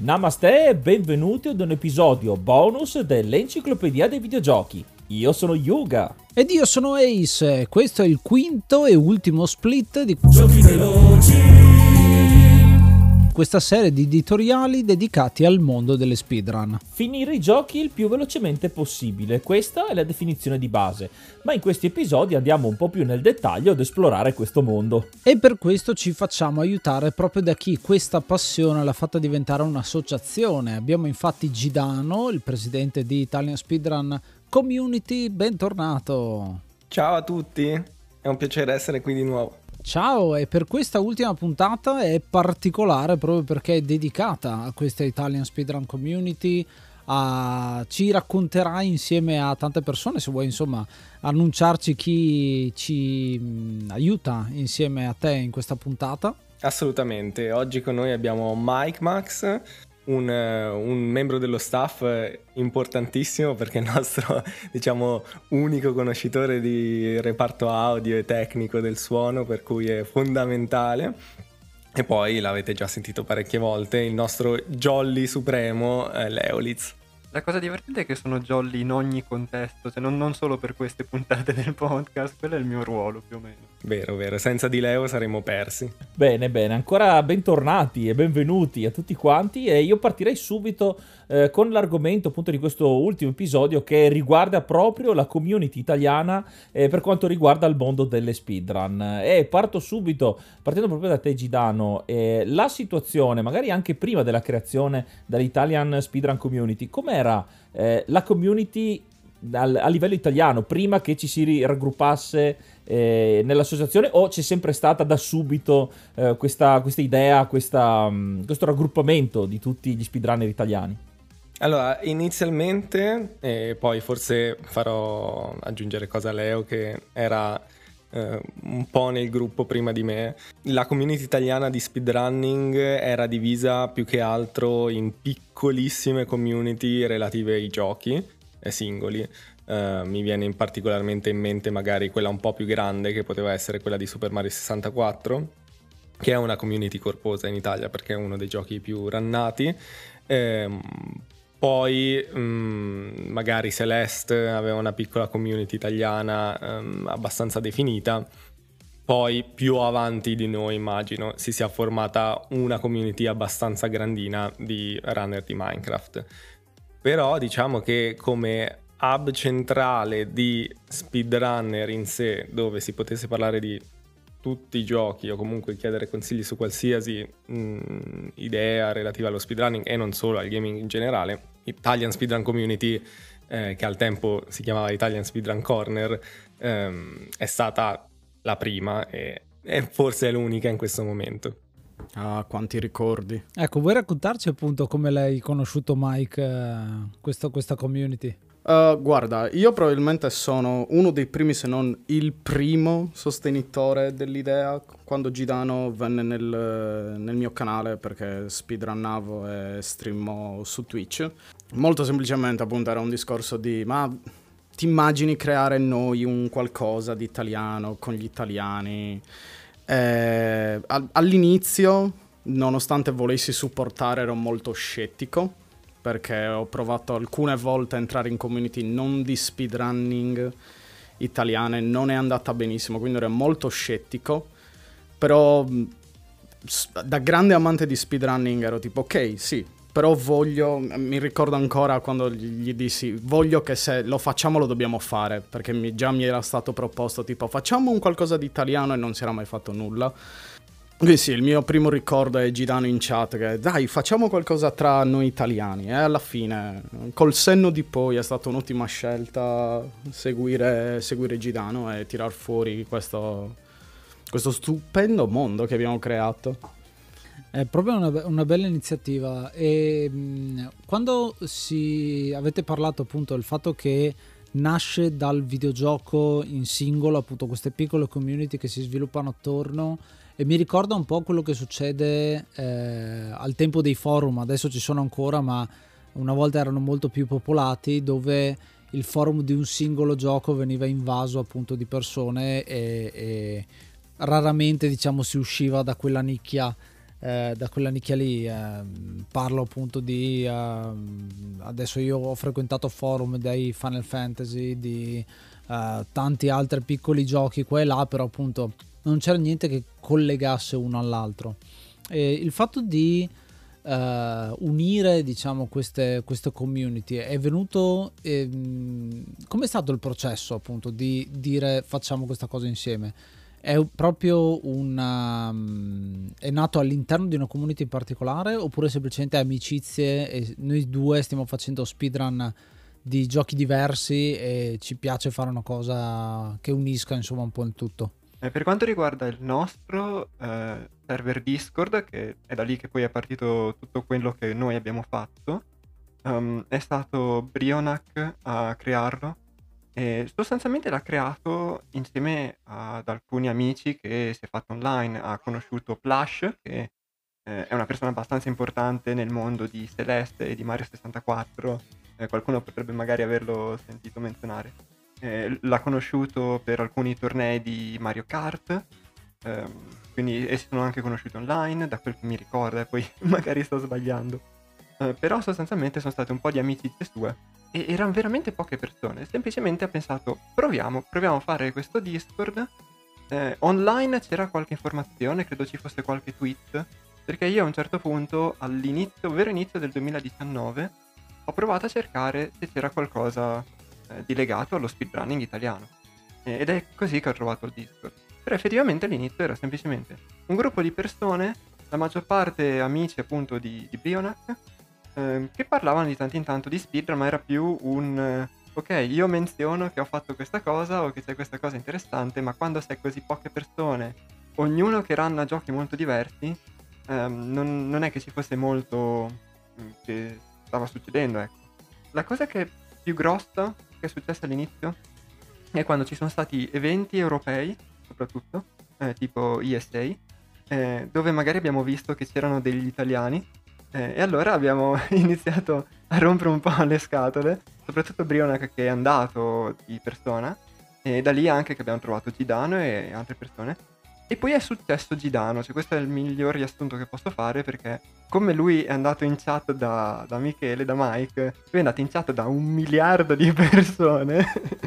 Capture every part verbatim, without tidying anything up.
Namaste e benvenuti ad un episodio bonus dell'Enciclopedia dei Videogiochi. Io sono Yuga. Ed io sono Ace. Questo è il quinto e ultimo split di Giochi veloci. questa serie di editoriali dedicati al mondo delle speedrun. Finire i giochi il più velocemente possibile, questa è la definizione di base, ma in questi episodi andiamo un po' più nel dettaglio ad esplorare questo mondo. E per questo ci facciamo aiutare proprio da chi questa passione l'ha fatta diventare un'associazione. Abbiamo infatti Gidano, il presidente di Italian Speedrun Community. Bentornato! Ciao a tutti, è un piacere essere qui di nuovo. Ciao, e per questa ultima puntata è particolare proprio perché è dedicata a questa Italian Speedrun Community. A... ci racconterai insieme a tante persone, se vuoi insomma annunciarci chi ci mh, aiuta insieme a te in questa puntata. Assolutamente, oggi con noi abbiamo Mike Max, un, un membro dello staff importantissimo perché è il nostro, diciamo, unico conoscitore di reparto audio e tecnico del suono, per cui è fondamentale. E poi l'avete già sentito parecchie volte, il nostro Jolly supremo, eh, Leolitz. La cosa divertente è che sono jolly in ogni contesto, cioè non, non solo per queste puntate del podcast, quello è il mio ruolo più o meno. Vero, vero, senza di Leo saremmo persi. Bene, bene, ancora bentornati e benvenuti a tutti quanti e io partirei subito eh, con l'argomento appunto di questo ultimo episodio che riguarda proprio la community italiana eh, per quanto riguarda il mondo delle speedrun. E parto subito, partendo proprio da te Gidano, eh, la situazione magari anche prima della creazione dell'Italian Speedrun Community, com'era eh, la community a livello italiano prima che ci si raggruppasse eh, nell'associazione, o c'è sempre stata da subito eh, questa, questa idea, questa, um, questo raggruppamento di tutti gli speedrunner italiani? Allora, inizialmente, e poi forse farò aggiungere cosa a Leo che era eh, un po' nel gruppo prima di me, la community italiana di speedrunning era divisa più che altro in piccolissime community relative ai giochi singoli. Uh, mi viene in particolarmente in mente magari quella un po' più grande che poteva essere quella di Super Mario sessantaquattro, che è una community corposa in Italia perché è uno dei giochi più runnati. Ehm, poi um, magari Celeste aveva una piccola community italiana um, abbastanza definita. Poi più avanti di noi immagino si sia formata una community abbastanza grandina di runner di Minecraft. Però diciamo che come hub centrale di speedrunner in sé, dove si potesse parlare di tutti i giochi o comunque chiedere consigli su qualsiasi mh, idea relativa allo speedrunning e non solo al gaming in generale, Italian Speedrun Community, eh, che al tempo si chiamava Italian Speedrun Corner, ehm, è stata la prima e, e forse è l'unica in questo momento. Ah, quanti ricordi. Ecco, vuoi raccontarci appunto come l'hai conosciuto Mike, eh, questo, questa community? Uh, guarda, io probabilmente sono uno dei primi, se non il primo sostenitore dell'idea quando Gidano venne nel, nel mio canale perché speedrunnavo e streammo su Twitch. Molto semplicemente appunto era un discorso di ma ti immagini creare noi un qualcosa di italiano con gli italiani? Eh, all'inizio, nonostante volessi supportare, ero molto scettico perché ho provato alcune volte a entrare in community non di speedrunning italiane, non è andata benissimo, quindi ero molto scettico. Però da grande amante di speedrunning ero tipo ok, sì, però voglio, mi ricordo ancora quando gli dissi voglio che se lo facciamo lo dobbiamo fare, perché mi, già mi era stato proposto tipo facciamo un qualcosa di italiano e non si era mai fatto nulla. Quindi sì, il mio primo ricordo è Gidano in chat che dai facciamo qualcosa tra noi italiani e alla fine col senno di poi è stata un'ottima scelta seguire, seguire Gidano e tirar fuori questo, questo stupendo mondo che abbiamo creato. È proprio una, una bella iniziativa. E mh, quando si avete parlato appunto del fatto che nasce dal videogioco in singolo, appunto queste piccole community che si sviluppano attorno, e mi ricorda un po' quello che succede eh, al tempo dei forum. Adesso ci sono ancora, ma una volta erano molto più popolati, dove il forum di un singolo gioco veniva invaso appunto di persone e, e raramente diciamo si usciva da quella nicchia eh, da quella nicchia lì. Eh, parlo appunto di eh, adesso io ho frequentato forum dei Final Fantasy, di eh, tanti altri piccoli giochi qua e là, però appunto non c'era niente che collegasse uno all'altro. E il fatto di Uh, unire, diciamo, queste, queste community è venuto ehm, com'è stato il processo appunto di dire facciamo questa cosa insieme? È proprio una um, è nato all'interno di una community in particolare, oppure semplicemente amicizie e noi due stiamo facendo speedrun di giochi diversi e ci piace fare una cosa che unisca insomma un po' il tutto? Eh, per quanto riguarda il nostro eh, server Discord, che è da lì che poi è partito tutto quello che noi abbiamo fatto, um, è stato Brionac a crearlo e sostanzialmente l'ha creato insieme ad alcuni amici che si è fatto online. Ha conosciuto Plush, che eh, è una persona abbastanza importante nel mondo di Celeste e di Mario sessantaquattro, eh, qualcuno potrebbe magari averlo sentito menzionare. Eh, l'ha conosciuto per alcuni tornei di Mario Kart, ehm, quindi e si sono anche conosciuti online, da quel che mi ricorda, e poi magari sto sbagliando. Eh, però sostanzialmente sono state un po' di amicizie sue e erano veramente poche persone. Semplicemente ha pensato proviamo, proviamo a fare questo Discord. Eh, online c'era qualche informazione, credo ci fosse qualche tweet, perché io a un certo punto, all'inizio, vero inizio del duemiladiciannove, ho provato a cercare se c'era qualcosa di legato allo speedrunning italiano, ed è così che ho trovato il Discord. Però effettivamente all'inizio era semplicemente un gruppo di persone, la maggior parte amici appunto di, di Brionac, eh, che parlavano di tanto in tanto di speedrun, ma era più un eh, ok, io menziono che ho fatto questa cosa o che c'è questa cosa interessante, ma quando sei così poche persone, ognuno che ranna giochi molto diversi, ehm, non, non è che ci fosse molto mh, che stava succedendo, ecco. La cosa che è più grossa che è successo all'inizio è quando ci sono stati eventi europei, soprattutto, eh, tipo E S A, eh, dove magari abbiamo visto che c'erano degli italiani, eh, e allora abbiamo iniziato a rompere un po' le scatole, soprattutto Brionac che è andato di persona, e da lì anche che abbiamo trovato Gidano e altre persone. E poi è successo Gidano, cioè questo è il miglior riassunto che posso fare, perché come lui è andato in chat da, da Michele, da Mike, lui è andato in chat da un miliardo di persone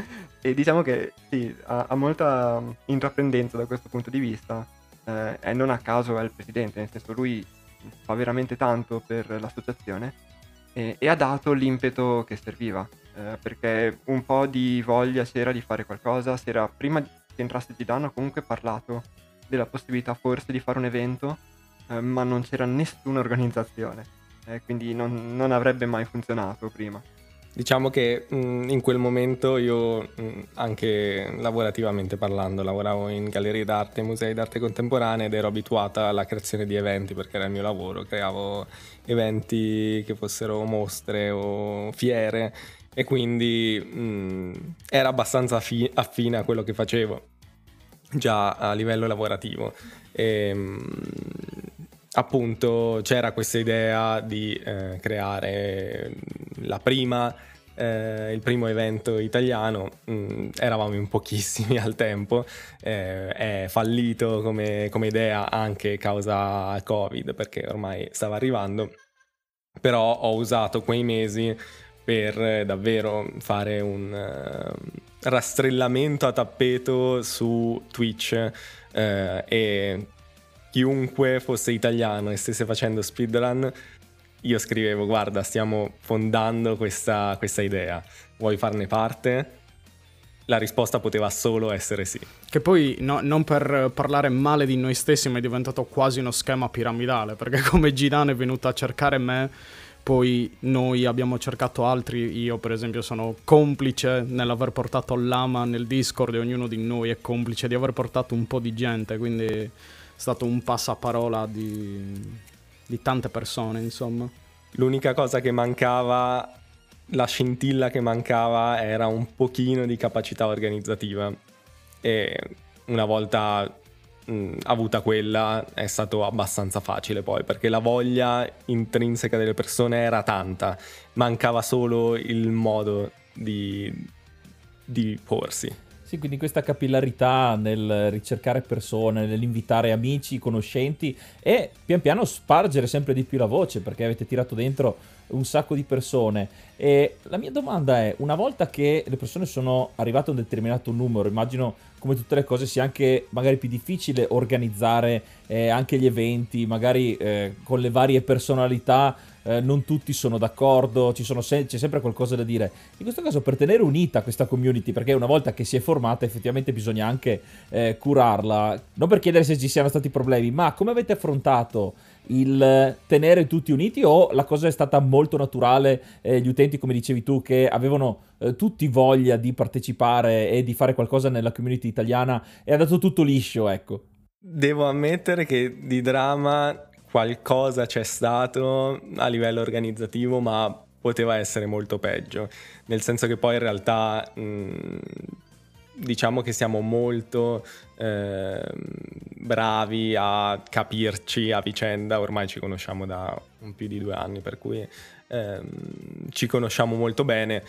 e diciamo che sì, ha, ha molta intraprendenza da questo punto di vista, eh, e non a caso è il presidente, nel senso lui fa veramente tanto per l'associazione e, e ha dato l'impeto che serviva, eh, perché un po' di voglia c'era di fare qualcosa, si era, prima che entrasse Gidano, comunque parlato della possibilità forse di fare un evento, eh, ma non c'era nessuna organizzazione, eh, quindi non, non avrebbe mai funzionato prima. Diciamo che mh, in quel momento io, mh, anche lavorativamente parlando, lavoravo in gallerie d'arte, musei d'arte contemporanea ed ero abituata alla creazione di eventi perché era il mio lavoro, creavo eventi che fossero mostre o fiere e quindi mh, era abbastanza affi- affine a quello che facevo già a livello lavorativo. E, appunto c'era questa idea di eh, creare la prima eh, il primo evento italiano. Mm, eravamo in pochissimi al tempo, eh, è fallito come, come idea anche causa Covid perché ormai stava arrivando, però ho usato quei mesi per eh, davvero fare un uh, rastrellamento a tappeto su Twitch, eh, e chiunque fosse italiano e stesse facendo speedrun, io scrivevo: guarda, stiamo fondando questa, questa idea, vuoi farne parte? La risposta poteva solo essere sì. Che poi, no, non per parlare male di noi stessi, ma è diventato quasi uno schema piramidale, perché come Gidano è venuto a cercare me, poi noi abbiamo cercato altri. Io per esempio sono complice nell'aver portato Lama nel Discord e ognuno di noi è complice di aver portato un po' di gente, quindi è stato un passaparola di, di tante persone, insomma. L'unica cosa che mancava, la scintilla che mancava, era un pochino di capacità organizzativa, e una volta mh, avuta quella è stato abbastanza facile poi, perché la voglia intrinseca delle persone era tanta, mancava solo il modo di, di porsi. Sì, quindi questa capillarità nel ricercare persone, nell'invitare amici, conoscenti e pian piano spargere sempre di più la voce, perché avete tirato dentro un sacco di persone. E la mia domanda è, una volta che le persone sono arrivate a un determinato numero, immagino come tutte le cose sia anche magari più difficile organizzare eh, anche gli eventi, magari eh, con le varie personalità eh, non tutti sono d'accordo, ci sono se- c'è sempre qualcosa da dire. In questo caso, per tenere unita questa community, perché una volta che si è formata effettivamente bisogna anche eh, curarla, non per chiedere se ci siano stati problemi, ma come avete affrontato il tenere tutti uniti, o la cosa è stata molto naturale, eh, gli utenti, come dicevi tu, che avevano eh, tutti voglia di partecipare e di fare qualcosa nella community italiana, è andato tutto liscio, ecco? Devo ammettere che di dramma qualcosa c'è stato a livello organizzativo, ma poteva essere molto peggio, nel senso che poi in realtà mh, diciamo che siamo molto eh, bravi a capirci a vicenda, ormai ci conosciamo da un più di due anni, per cui eh, ci conosciamo molto bene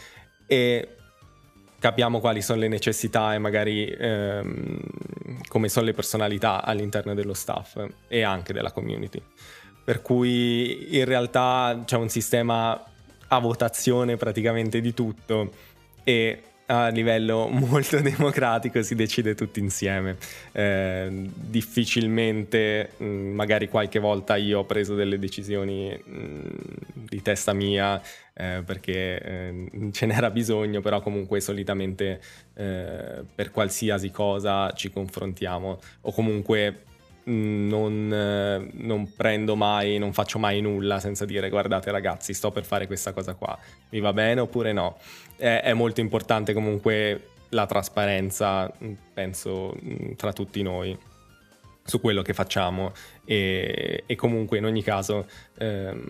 e capiamo quali sono le necessità e magari ehm, come sono le personalità all'interno dello staff e anche della community. Per cui in realtà c'è un sistema a votazione praticamente di tutto e a livello molto democratico si decide tutti insieme. Eh, difficilmente, mh, magari qualche volta io ho preso delle decisioni mh, di testa mia eh, perché eh, ce n'era bisogno, però comunque solitamente eh, per qualsiasi cosa ci confrontiamo o comunque Non, eh, non prendo mai, non faccio mai nulla senza dire guardate ragazzi, sto per fare questa cosa qua, mi va bene oppure no. È, è molto importante comunque la trasparenza, penso, tra tutti noi su quello che facciamo e, e comunque in ogni caso ehm,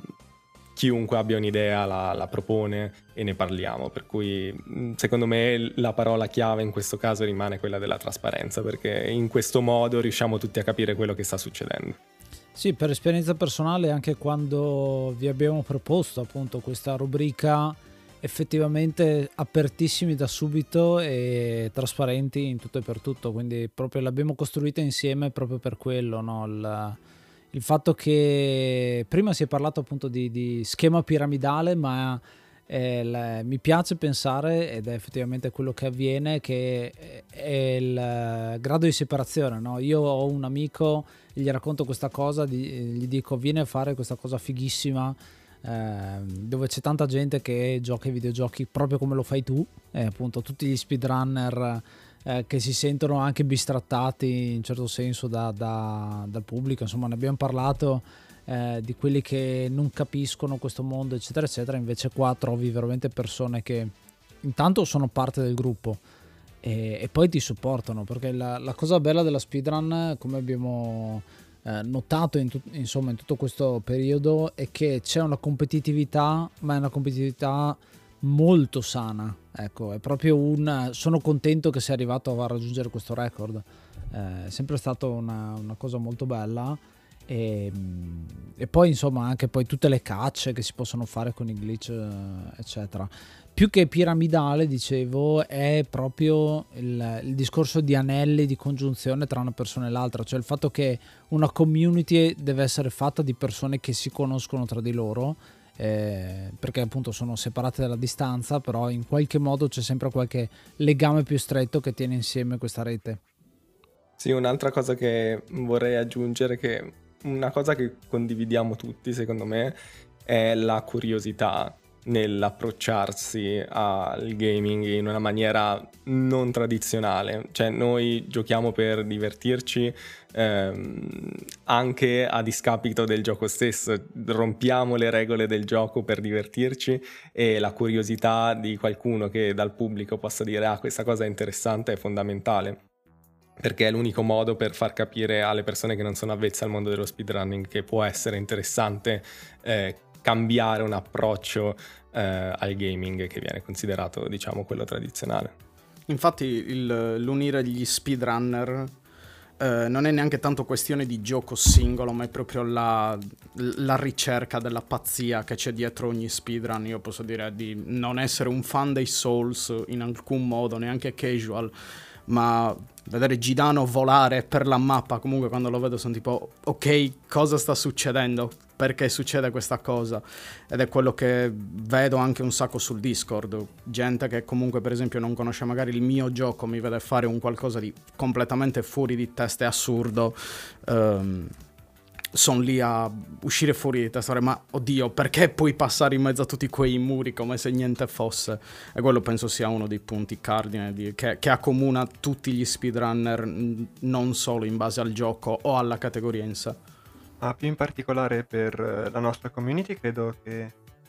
chiunque abbia un'idea la, la propone e ne parliamo, per cui secondo me la parola chiave in questo caso rimane quella della trasparenza, perché in questo modo riusciamo tutti a capire quello che sta succedendo. Sì, per esperienza personale, anche quando vi abbiamo proposto appunto questa rubrica, effettivamente apertissimi da subito e trasparenti in tutto e per tutto, quindi proprio l'abbiamo costruita insieme proprio per quello, no? Il, il fatto che prima si è parlato appunto di, di schema piramidale, ma eh, l- mi piace pensare, ed è effettivamente quello che avviene, che è il grado di separazione, no? Io ho un amico, gli racconto questa cosa, di, gli dico vieni a fare questa cosa fighissima eh, dove c'è tanta gente che gioca ai videogiochi proprio come lo fai tu, eh, appunto tutti gli speedrunner Eh, che si sentono anche bistrattati in certo senso da, da, dal pubblico, insomma ne abbiamo parlato eh, di quelli che non capiscono questo mondo eccetera eccetera, invece qua trovi veramente persone che intanto sono parte del gruppo e, e poi ti supportano, perché la, la cosa bella della speedrun, come abbiamo eh, notato in, tut, insomma, in tutto questo periodo, è che c'è una competitività, ma è una competitività molto sana, ecco, è proprio un sono contento che sei arrivato a raggiungere questo record, eh, è sempre stata una, una cosa molto bella e, e poi insomma anche poi tutte le cacce che si possono fare con i glitch eccetera. Più che piramidale, dicevo, è proprio il, il discorso di anelli di congiunzione tra una persona e l'altra, cioè il fatto che una community deve essere fatta di persone che si conoscono tra di loro, Eh, perché appunto sono separate dalla distanza, però in qualche modo c'è sempre qualche legame più stretto che tiene insieme questa rete. Sì, un'altra cosa che vorrei aggiungere, che una cosa che condividiamo tutti secondo me è la curiosità nell'approcciarsi al gaming in una maniera non tradizionale, cioè noi giochiamo per divertirci ehm, anche a discapito del gioco stesso, rompiamo le regole del gioco per divertirci, e la curiosità di qualcuno che dal pubblico possa dire ah questa cosa è interessante è fondamentale, perché è l'unico modo per far capire alle persone che non sono avvezze al mondo dello speedrunning che può essere interessante eh, cambiare un approccio eh, al gaming che viene considerato, diciamo, quello tradizionale. Infatti il, l'unire gli speedrunner eh, non è neanche tanto questione di gioco singolo, ma è proprio la, la ricerca della pazzia che c'è dietro ogni speedrun. Io posso dire di non essere un fan dei Souls in alcun modo, neanche casual, ma vedere Gidano volare per la mappa, comunque quando lo vedo sono tipo ok, cosa sta succedendo? Perché succede questa cosa? Ed è quello che vedo anche un sacco sul Discord, gente che comunque per esempio non conosce magari il mio gioco, mi vede fare un qualcosa di completamente fuori di testa e assurdo, um, sono lì a uscire fuori di testa, ma oddio, perché puoi passare in mezzo a tutti quei muri come se niente fosse? E quello penso sia uno dei punti cardine di, che, che accomuna tutti gli speedrunner, non solo in base al gioco o alla categoria in sé. Ah, più in particolare per la nostra community, credo che,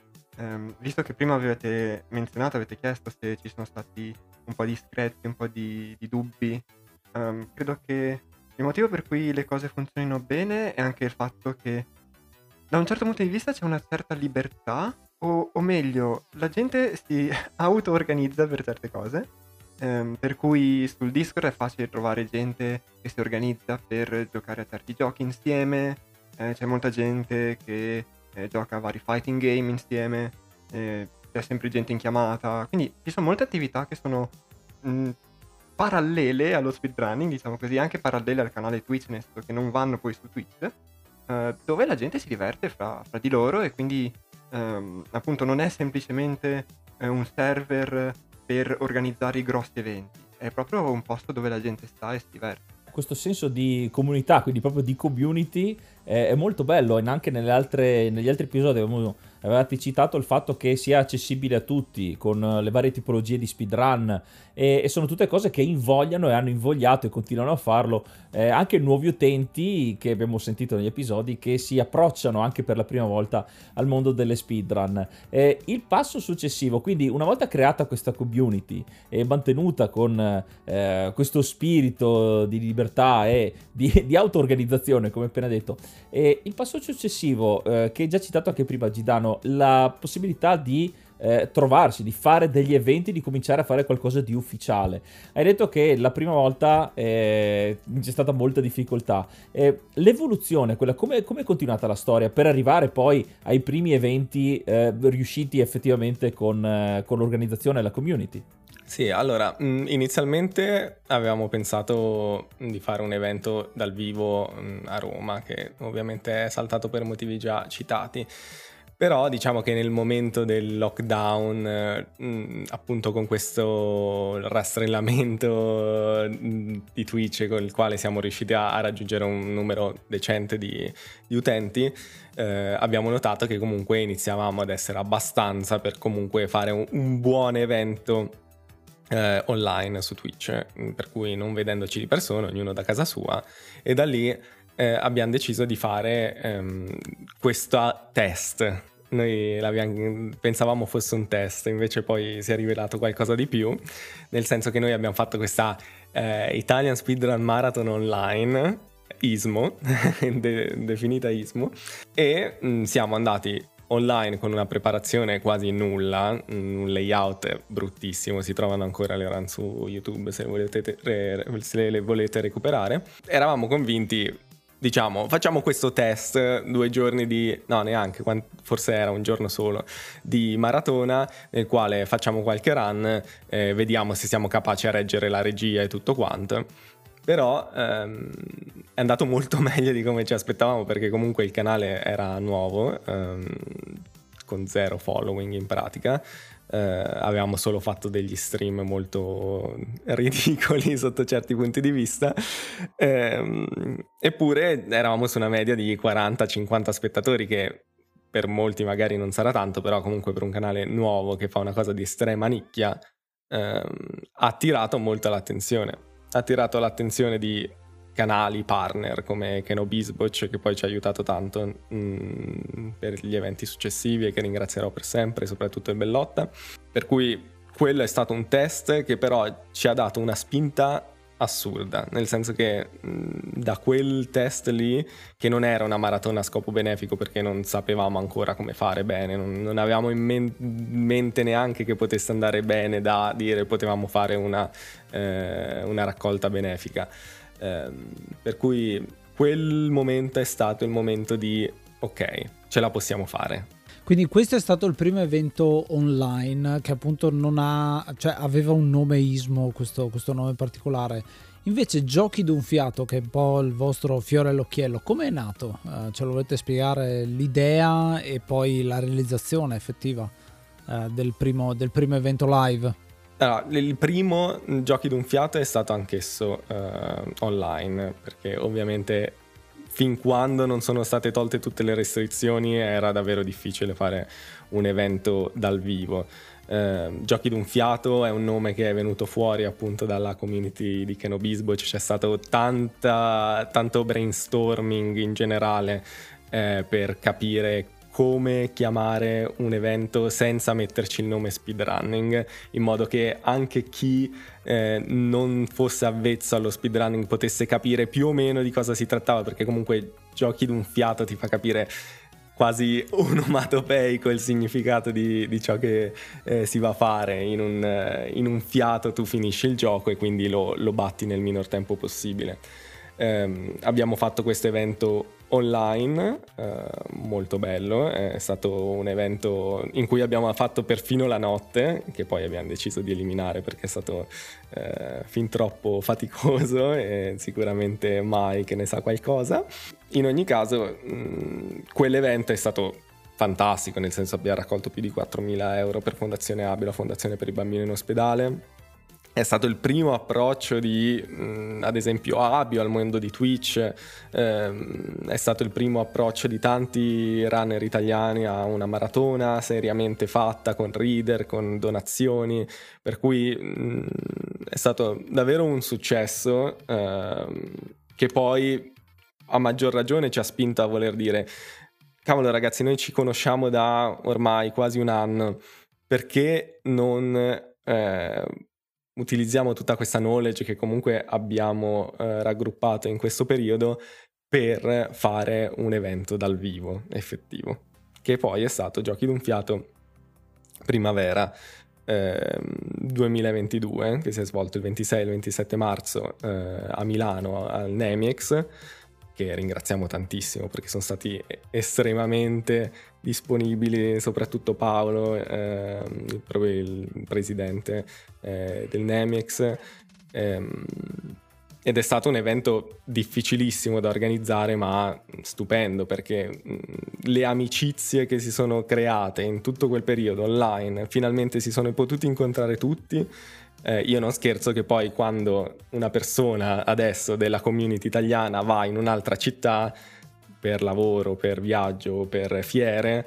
ehm, visto che prima avete menzionato, avete chiesto se ci sono stati un po' di screzi, un po' di, di dubbi, ehm, credo che il motivo per cui le cose funzionino bene è anche il fatto che da un certo punto di vista c'è una certa libertà, o, o meglio, la gente si auto-organizza per certe cose, ehm, per cui sul Discord è facile trovare gente che si organizza per giocare a certi giochi insieme. Eh, c'è molta gente che eh, gioca a vari fighting game insieme, eh, c'è sempre gente in chiamata, quindi ci sono molte attività che sono mh, parallele allo speedrunning, diciamo così, anche parallele al canale Twitch, nel senso che non vanno poi su Twitch, eh, dove la gente si diverte fra, fra di loro e quindi ehm, appunto non è semplicemente eh, un server per organizzare i grossi eventi, è proprio un posto dove la gente sta e si diverte. Questo senso di comunità, quindi proprio di community, eh, è molto bello. E anche nelle altre, negli altri episodi avevamo, avevate citato il fatto che sia accessibile a tutti con le varie tipologie di speedrun, e, e sono tutte cose che invogliano e hanno invogliato e continuano a farlo eh, anche nuovi utenti che abbiamo sentito negli episodi, che si approcciano anche per la prima volta al mondo delle speedrun. Eh, il passo successivo, quindi una volta creata questa community e mantenuta con eh, questo spirito di libertà e di, di auto-organizzazione, come appena detto, e il passo successivo eh, che hai già citato anche prima, Gidano, la possibilità di eh, trovarsi, di fare degli eventi, di cominciare a fare qualcosa di ufficiale. Hai detto che la prima volta eh, c'è stata molta difficoltà. Eh, l'evoluzione, quella, come, come è continuata la storia per arrivare poi ai primi eventi eh, riusciti effettivamente con, eh, con l'organizzazione e la community? Sì, allora, inizialmente avevamo pensato di fare un evento dal vivo a Roma, che ovviamente è saltato per motivi già citati, però diciamo che nel momento del lockdown, appunto con questo rastrellamento di Twitch con il quale siamo riusciti a raggiungere un numero decente di, di utenti, eh, abbiamo notato che comunque iniziavamo ad essere abbastanza per comunque fare un, un buon evento Eh, online su Twitch, per cui non vedendoci di persona, ognuno da casa sua, e da lì eh, abbiamo deciso di fare ehm, questo test. Noi pensavamo fosse un test, invece poi si è rivelato qualcosa di più, nel senso che noi abbiamo fatto questa eh, Italian Speedrun Marathon online, I S M O, de- definita I S M O, e mh, siamo andati online con una preparazione quasi nulla, un layout bruttissimo, si trovano ancora le run su YouTube se, volete, se le volete recuperare. Eravamo convinti, diciamo, facciamo questo test, due giorni di, no neanche, forse era un giorno solo, di maratona, nel quale facciamo qualche run, eh, vediamo se siamo capaci a reggere la regia e tutto quanto. Però ehm, è andato molto meglio di come ci aspettavamo, perché comunque il canale era nuovo, ehm, con zero following in pratica, eh, avevamo solo fatto degli stream molto ridicoli sotto certi punti di vista, ehm, eppure eravamo su una media di quaranta cinquanta spettatori, che per molti magari non sarà tanto, però comunque per un canale nuovo che fa una cosa di estrema nicchia ehm, ha attirato molto l'attenzione. Ha attirato l'attenzione di canali partner come Kenobisbotch, che poi ci ha aiutato tanto mh, per gli eventi successivi e che ringrazierò per sempre, soprattutto il Bellotta. Per cui quello è stato un test che però ci ha dato una spinta assurda, nel senso che mh, da quel test lì, che non era una maratona a scopo benefico perché non sapevamo ancora come fare bene, non, non avevamo in, men- in mente neanche che potesse andare bene da dire potevamo fare una, eh, una raccolta benefica, ehm, per cui quel momento è stato il momento di ok, ce la possiamo fare. Quindi questo è stato il primo evento online che appunto non ha, cioè aveva un nome ismo, questo, questo nome particolare. Invece Giochi d'un fiato, che è un po' il vostro fiore all'occhiello, come è nato? Uh, ce lo volete spiegare, l'idea e poi la realizzazione effettiva uh, del, primo, del primo evento live? Allora, il primo Giochi d'un fiato è stato anch'esso uh, online, perché ovviamente fin quando non sono state tolte tutte le restrizioni era davvero difficile fare un evento dal vivo. Eh, Giochi d'un fiato è un nome che è venuto fuori appunto dalla community di Kenobisbo, c'è stato tanta, tanto brainstorming in generale eh, per capire come chiamare un evento senza metterci il nome speedrunning, in modo che anche chi eh, non fosse avvezzo allo speedrunning potesse capire più o meno di cosa si trattava, perché comunque Giochi d'un fiato ti fa capire quasi onomatopeico il significato di, di ciò che eh, si va a fare. In un, eh, in un fiato tu finisci il gioco e quindi lo, lo batti nel minor tempo possibile. Eh, abbiamo fatto questo evento online eh, molto bello, è stato un evento in cui abbiamo fatto perfino la notte, che poi abbiamo deciso di eliminare perché è stato eh, fin troppo faticoso e sicuramente mai che ne sa qualcosa. In ogni caso mh, quell'evento è stato fantastico, nel senso abbiamo raccolto più di quattromila euro per Fondazione Abio, la fondazione per i bambini in ospedale. È stato il primo approccio di, mh, ad esempio, Abio al mondo di Twitch, ehm, è stato il primo approccio di tanti runner italiani a una maratona seriamente fatta, con reader, con donazioni, per cui mh, è stato davvero un successo ehm, che poi a maggior ragione ci ha spinto a voler dire: cavolo ragazzi, noi ci conosciamo da ormai quasi un anno, perché non... Eh, utilizziamo tutta questa knowledge che comunque abbiamo eh, raggruppato in questo periodo per fare un evento dal vivo effettivo, che poi è stato Giochi d'un fiato primavera eh, duemilaventidue, che si è svolto il ventisei e il ventisette marzo eh, a Milano al Nemiex, che ringraziamo tantissimo perché sono stati estremamente disponibili, soprattutto Paolo, eh, proprio il presidente eh, del Nemiex, ehm, ed è stato un evento difficilissimo da organizzare ma stupendo, perché mh, le amicizie che si sono create in tutto quel periodo online, finalmente si sono potuti incontrare tutti. Eh, io non scherzo che poi quando una persona adesso della community italiana va in un'altra città per lavoro, per viaggio, per fiere,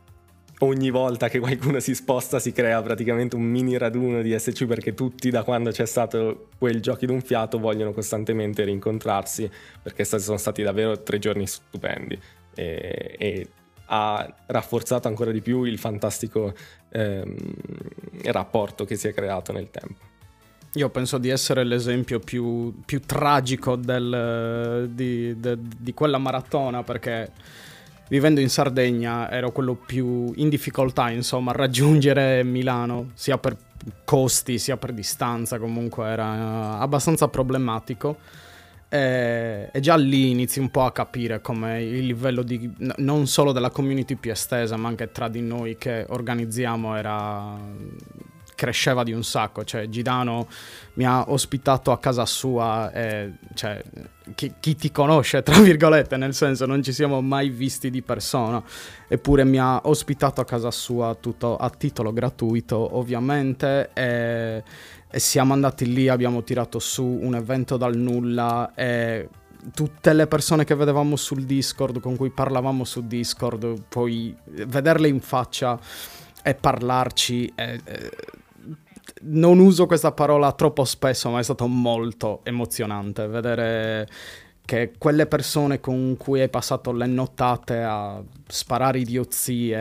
ogni volta che qualcuno si sposta si crea praticamente un mini raduno di S C, perché tutti da quando c'è stato quel Giochi d'un fiato vogliono costantemente rincontrarsi, perché sono stati davvero tre giorni stupendi e, e ha rafforzato ancora di più il fantastico ehm, rapporto che si è creato nel tempo. Io penso di essere l'esempio più, più tragico del, di, de, di quella maratona, perché vivendo in Sardegna ero quello più in difficoltà, insomma, a raggiungere Milano, sia per costi sia per distanza, comunque era abbastanza problematico. E, e già lì inizi un po' a capire come il livello di n- non solo della community più estesa, ma anche tra di noi che organizziamo era cresceva di un sacco. Cioè Gidano mi ha ospitato a casa sua e, cioè, chi, chi ti conosce tra virgolette, nel senso non ci siamo mai visti di persona, eppure mi ha ospitato a casa sua tutto a titolo gratuito ovviamente, e E siamo andati lì, abbiamo tirato su un evento dal nulla e tutte le persone che vedevamo sul Discord, con cui parlavamo su Discord, poi vederle in faccia e parlarci, e, e, non uso questa parola troppo spesso, ma è stato molto emozionante vedere che quelle persone con cui hai passato le nottate a sparare idiozie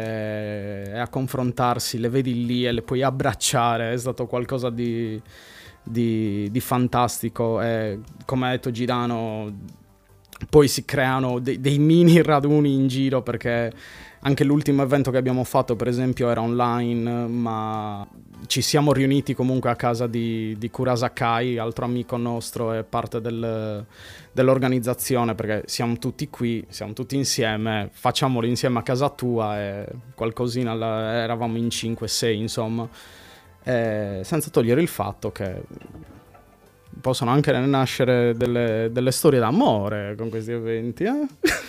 e a confrontarsi, le vedi lì e le puoi abbracciare, è stato qualcosa di, di, di fantastico. E come ha detto Gidano, poi si creano de- dei mini raduni in giro, perché anche l'ultimo evento che abbiamo fatto, per esempio, era online, ma ci siamo riuniti comunque a casa di, di Kurasakai, altro amico nostro e parte del, dell'organizzazione, perché siamo tutti qui, siamo tutti insieme, facciamolo insieme a casa tua, e qualcosina, la, eravamo in cinque sei, insomma, e senza togliere il fatto che possono anche nascere delle, delle storie d'amore con questi eventi, eh?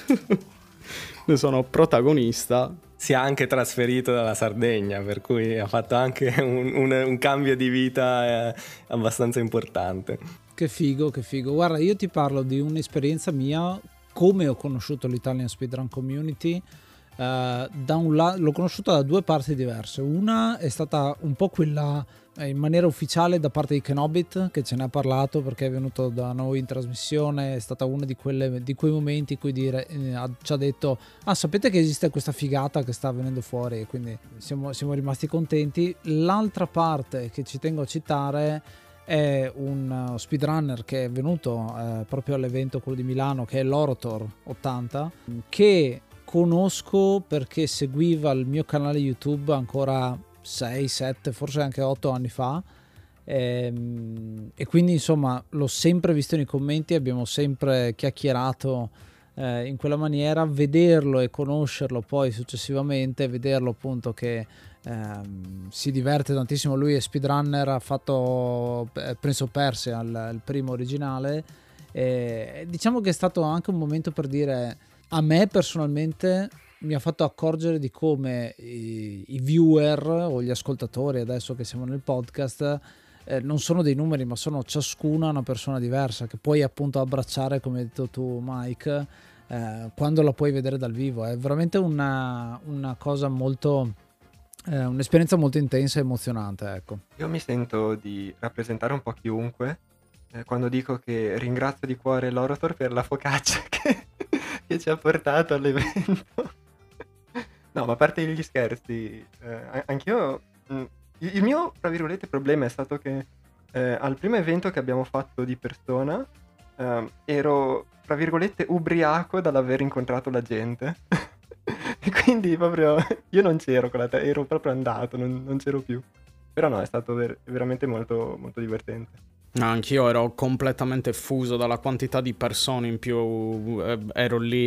Ne sono protagonista. Si è anche trasferito dalla Sardegna, per cui ha fatto anche un, un, un cambio di vita eh, abbastanza importante. Che figo, che figo. Guarda, io ti parlo di un'esperienza mia, come ho conosciuto l'Italian Speedrun Community. Uh, da un lato l'ho conosciuta da due parti diverse. Una è stata un po' quella eh, in maniera ufficiale da parte di Kenobit, che ce ne ha parlato perché è venuto da noi in trasmissione. È stata una di, quelle, di quei momenti in cui dire, eh, ha, ci ha detto: ah, sapete che esiste questa figata che sta venendo fuori, e quindi siamo, siamo rimasti contenti. L'altra parte che ci tengo a citare è un speedrunner che è venuto eh, proprio all'evento, quello di Milano, che è l'Orotor ottanta, che conosco perché seguiva il mio canale YouTube ancora sei, sette, forse anche otto anni fa, e, e quindi insomma l'ho sempre visto nei commenti, abbiamo sempre chiacchierato eh, in quella maniera. Vederlo e conoscerlo poi successivamente, vederlo appunto che ehm, si diverte tantissimo, lui è speedrunner, ha fatto eh, Prince of Persia, il, il primo originale, e diciamo che è stato anche un momento per dire, a me personalmente mi ha fatto accorgere di come i, i viewer o gli ascoltatori, adesso che siamo nel podcast, eh, non sono dei numeri, ma sono ciascuna una persona diversa che puoi appunto abbracciare, come hai detto tu Mike, eh, quando la puoi vedere dal vivo. È veramente una, una cosa molto, eh, un'esperienza molto intensa e emozionante, ecco. Io mi sento di rappresentare un po' chiunque eh, quando dico che ringrazio di cuore l'Orotor per la focaccia che, che ci ha portato all'evento. No, ma a parte gli scherzi, eh, anch'io, mh, il mio, tra virgolette, problema è stato che eh, al primo evento che abbiamo fatto di persona eh, ero, tra virgolette, ubriaco dall'aver incontrato la gente. E quindi proprio io non c'ero con la te- ero proprio andato, non, non c'ero più. Però no, è stato ver- veramente molto, molto divertente. No, anch'io ero completamente fuso dalla quantità di persone, in più eh, ero lì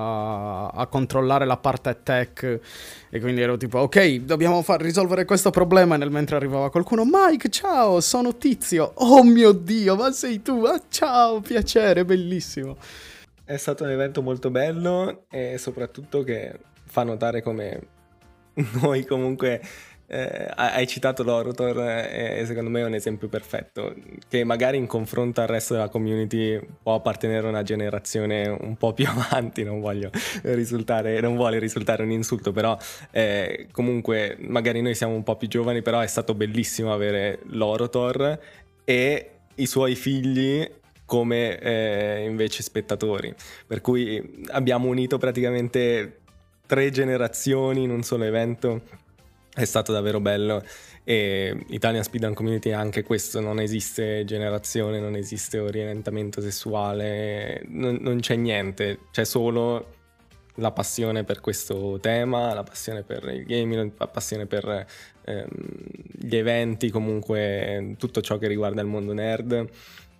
a, a controllare la parte tech, e quindi ero tipo ok, dobbiamo far risolvere questo problema, e nel mentre arrivava qualcuno: Mike, ciao, sono Tizio. Oh mio Dio, ma sei tu? Ah, ciao, piacere, bellissimo. È stato un evento molto bello, e soprattutto che fa notare come noi comunque... Eh, hai citato l'Orotor e eh, secondo me è un esempio perfetto, che magari in confronto al resto della community può appartenere a una generazione un po' più avanti, non voglio risultare, non vuole risultare un insulto, però eh, comunque magari noi siamo un po' più giovani, però è stato bellissimo avere l'Orotor e i suoi figli come eh, invece spettatori, per cui abbiamo unito praticamente tre generazioni in un solo evento. È stato davvero bello, e Italian Speedrun Community anche questo, non esiste generazione, non esiste orientamento sessuale, non, non c'è niente, c'è solo la passione per questo tema, la passione per il gaming, la passione per ehm, gli eventi, comunque tutto ciò che riguarda il mondo nerd,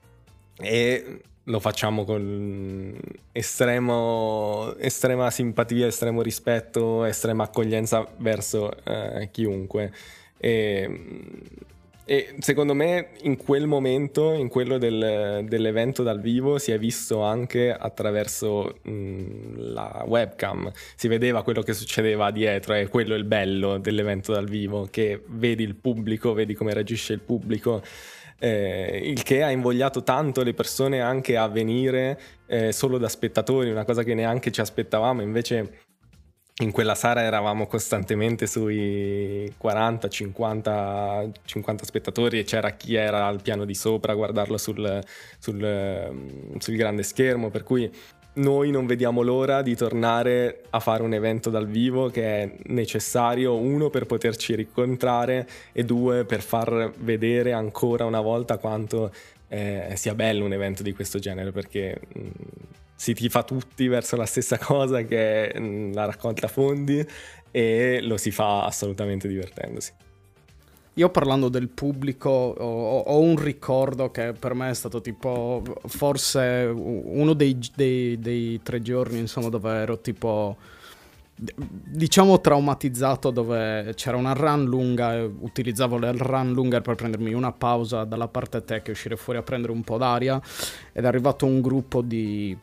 e lo facciamo con estremo, estrema simpatia, estremo rispetto, estrema accoglienza verso eh, chiunque. E, e secondo me in quel momento, in quello del, dell'evento dal vivo, si è visto anche attraverso mh, la webcam. Si vedeva quello che succedeva dietro, e quello è il bello dell'evento dal vivo, che vedi il pubblico, vedi come reagisce il pubblico. Eh, il che ha invogliato tanto le persone anche a venire eh, solo da spettatori, una cosa che neanche ci aspettavamo. Invece in quella sala eravamo costantemente sui quaranta cinquanta spettatori, e c'era chi era al piano di sopra a guardarlo sul, sul, sul grande schermo, per cui noi non vediamo l'ora di tornare a fare un evento dal vivo, che è necessario, uno, per poterci rincontrare, e due, per far vedere ancora una volta quanto eh, sia bello un evento di questo genere, perché mh, si tifa tutti verso la stessa cosa, che è la raccolta fondi, e lo si fa assolutamente divertendosi. Io, parlando del pubblico, ho, ho un ricordo che per me è stato tipo forse uno dei, dei, dei tre giorni, insomma, dove ero tipo, diciamo, traumatizzato, dove c'era una run lunga e utilizzavo le run lunghe per prendermi una pausa dalla parte tech e uscire fuori a prendere un po' d'aria, ed è arrivato un gruppo di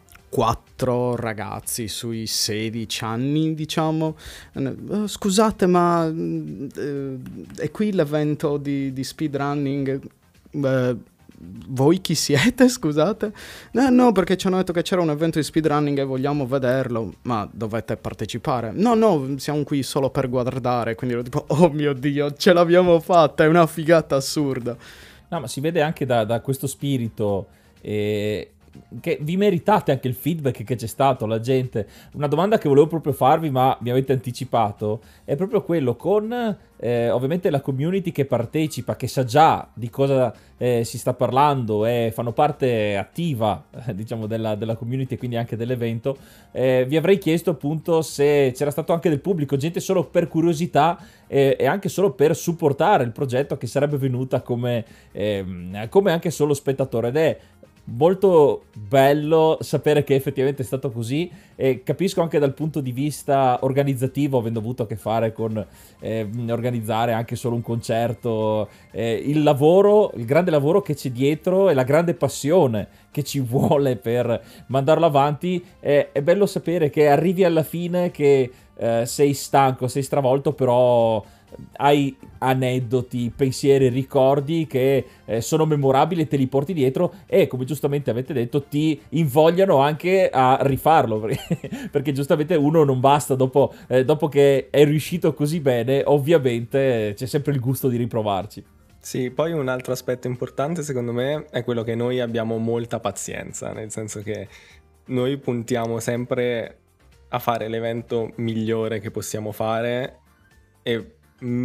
quattro ragazzi sui sedici anni, diciamo. Uh, scusate, ma uh, è qui l'evento di, di speedrunning? Uh, voi chi siete, scusate? No, no, perché ci hanno detto che c'era un evento di speedrunning e vogliamo vederlo. Ma dovete partecipare? No, no, siamo qui solo per guardare. Quindi ero tipo, oh mio Dio, ce l'abbiamo fatta, è una figata assurda. No, ma si vede anche da, da questo spirito, eh, che vi meritate anche il feedback che c'è stato, la gente. Una domanda che volevo proprio farvi, ma mi avete anticipato, è proprio quello con eh, ovviamente la community che partecipa, che sa già di cosa eh, si sta parlando e fanno parte attiva eh, diciamo della, della community e quindi anche dell'evento. Eh, vi avrei chiesto appunto se c'era stato anche del pubblico, gente solo per curiosità eh, e anche solo per supportare il progetto, che sarebbe venuta come, eh, come anche solo spettatore, ed è molto bello sapere che effettivamente è stato così. E capisco anche dal punto di vista organizzativo, avendo avuto a che fare con eh, organizzare anche solo un concerto, eh, il lavoro, il grande lavoro che c'è dietro e la grande passione che ci vuole per mandarlo avanti. Eh, è bello sapere che arrivi alla fine che eh, sei stanco, sei stravolto, però hai aneddoti, pensieri, ricordi che eh, sono memorabili e te li porti dietro, e come giustamente avete detto ti invogliano anche a rifarlo, perché, perché giustamente uno non basta dopo, eh, dopo che è riuscito così bene, ovviamente c'è sempre il gusto di riprovarci. Sì, poi un altro aspetto importante secondo me è quello che noi abbiamo molta pazienza, nel senso che noi puntiamo sempre a fare l'evento migliore che possiamo fare, e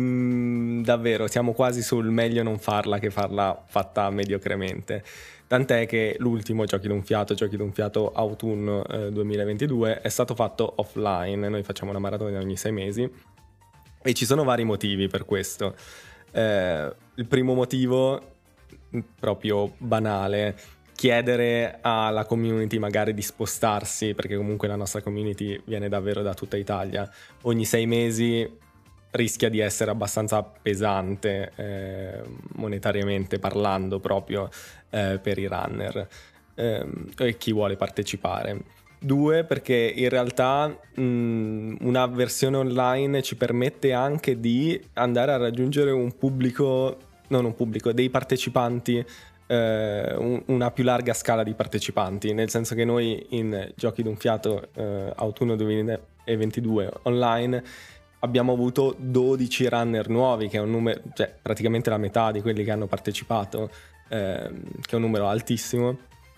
Mm, davvero siamo quasi sul meglio non farla che farla fatta mediocremente, tant'è che l'ultimo Giochi d'un Fiato, Giochi d'un Fiato Autunno eh, duemilaventidue è stato fatto offline. Noi facciamo una maratona ogni sei mesi e ci sono vari motivi per questo. Eh, il primo motivo, proprio banale, chiedere alla community magari di spostarsi, perché comunque la nostra community viene davvero da tutta Italia, ogni sei mesi rischia di essere abbastanza pesante eh, monetariamente parlando, proprio eh, per i runner eh, e chi vuole partecipare. Due, perché in realtà mh, una versione online ci permette anche di andare a raggiungere un pubblico, non un pubblico, dei partecipanti, eh, un, una più larga scala di partecipanti, nel senso che noi in Giochi d'un Fiato eh, Autunno duemilaventidue online abbiamo avuto dodici runner nuovi, che è un numero, cioè praticamente la metà di quelli che hanno partecipato, ehm, che è un numero altissimo,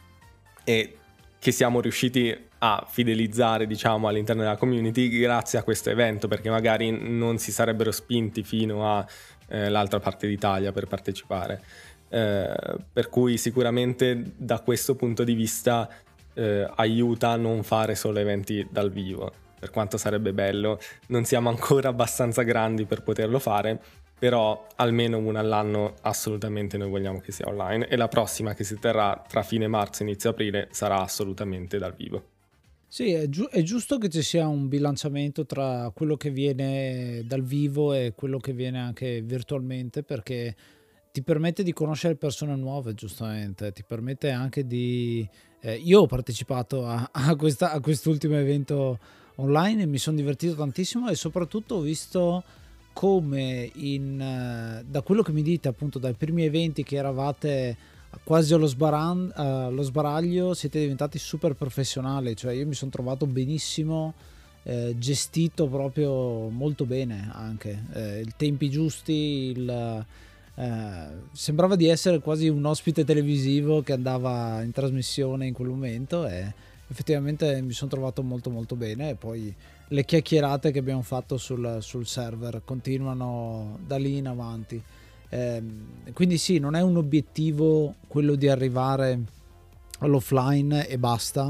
e che siamo riusciti a fidelizzare, diciamo, all'interno della community grazie a questo evento, perché magari non si sarebbero spinti fino all'altra eh, parte d'Italia per partecipare. Eh, per cui sicuramente da questo punto di vista eh, aiuta a non fare solo eventi dal vivo. Per quanto sarebbe bello, non siamo ancora abbastanza grandi per poterlo fare, però almeno una all'anno assolutamente noi vogliamo che sia online, e la prossima, che si terrà tra fine marzo e inizio aprile, sarà assolutamente dal vivo. Sì, è, giu- è giusto che ci sia un bilanciamento tra quello che viene dal vivo e quello che viene anche virtualmente, perché ti permette di conoscere persone nuove, giustamente, ti permette anche di... Eh, io ho partecipato a, a, questa, a quest'ultimo evento online e mi sono divertito tantissimo, e soprattutto ho visto come in, da quello che mi dite appunto dai primi eventi che eravate quasi allo, sbaran- allo sbaraglio, siete diventati super professionali. Cioè io mi sono trovato benissimo, eh, gestito proprio molto bene, anche eh, i tempi giusti, il, eh, sembrava di essere quasi un ospite televisivo che andava in trasmissione in quel momento, e effettivamente mi sono trovato molto molto bene. E poi le chiacchierate che abbiamo fatto sul, sul server continuano da lì in avanti, eh, quindi sì, non è un obiettivo quello di arrivare all'offline e basta,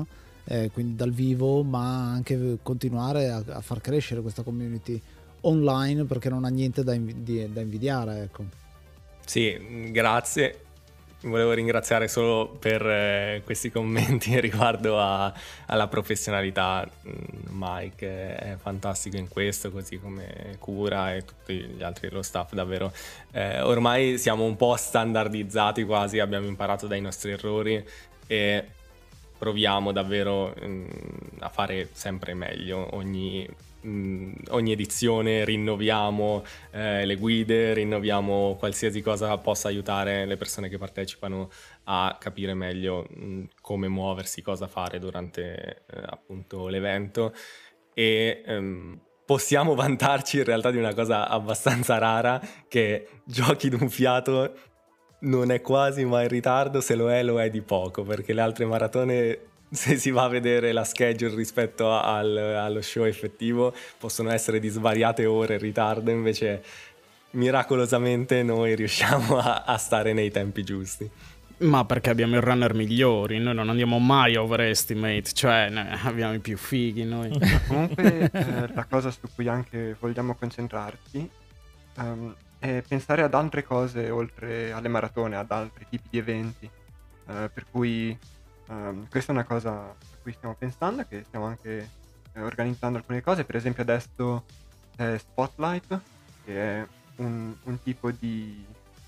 eh, quindi dal vivo, ma anche continuare a, a far crescere questa community online, perché non ha niente da, invi- da invidiare, ecco. Sì, grazie. Volevo ringraziare solo per eh, questi commenti riguardo a, alla professionalità. Mike è fantastico in questo, così come Cura e tutti gli altri dello staff, davvero. Eh, ormai siamo un po' standardizzati quasi, abbiamo imparato dai nostri errori e proviamo davvero mh, a fare sempre meglio. Ogni, mh, ogni edizione rinnoviamo eh, le guide, rinnoviamo qualsiasi cosa possa aiutare le persone che partecipano a capire meglio mh, come muoversi, cosa fare durante eh, appunto l'evento, e ehm, possiamo vantarci in realtà di una cosa abbastanza rara, che Giochi d'un Fiato non è quasi mai in ritardo, se lo è lo è di poco, perché le altre maratone, se si va a vedere la schedule rispetto al, allo show effettivo, possono essere di svariate ore in ritardo, invece miracolosamente noi riusciamo a, a stare nei tempi giusti. Ma perché abbiamo i runner migliori, noi non andiamo mai a overestimate, cioè ne abbiamo i più fighi noi. Comunque eh, la cosa su cui anche vogliamo concentrarci um, è pensare ad altre cose oltre alle maratone, ad altri tipi di eventi, uh, per cui um, questa è una cosa a cui stiamo pensando, che stiamo anche eh, organizzando alcune cose. Per esempio adesso c'è Spotlight, che è un, un tipo di...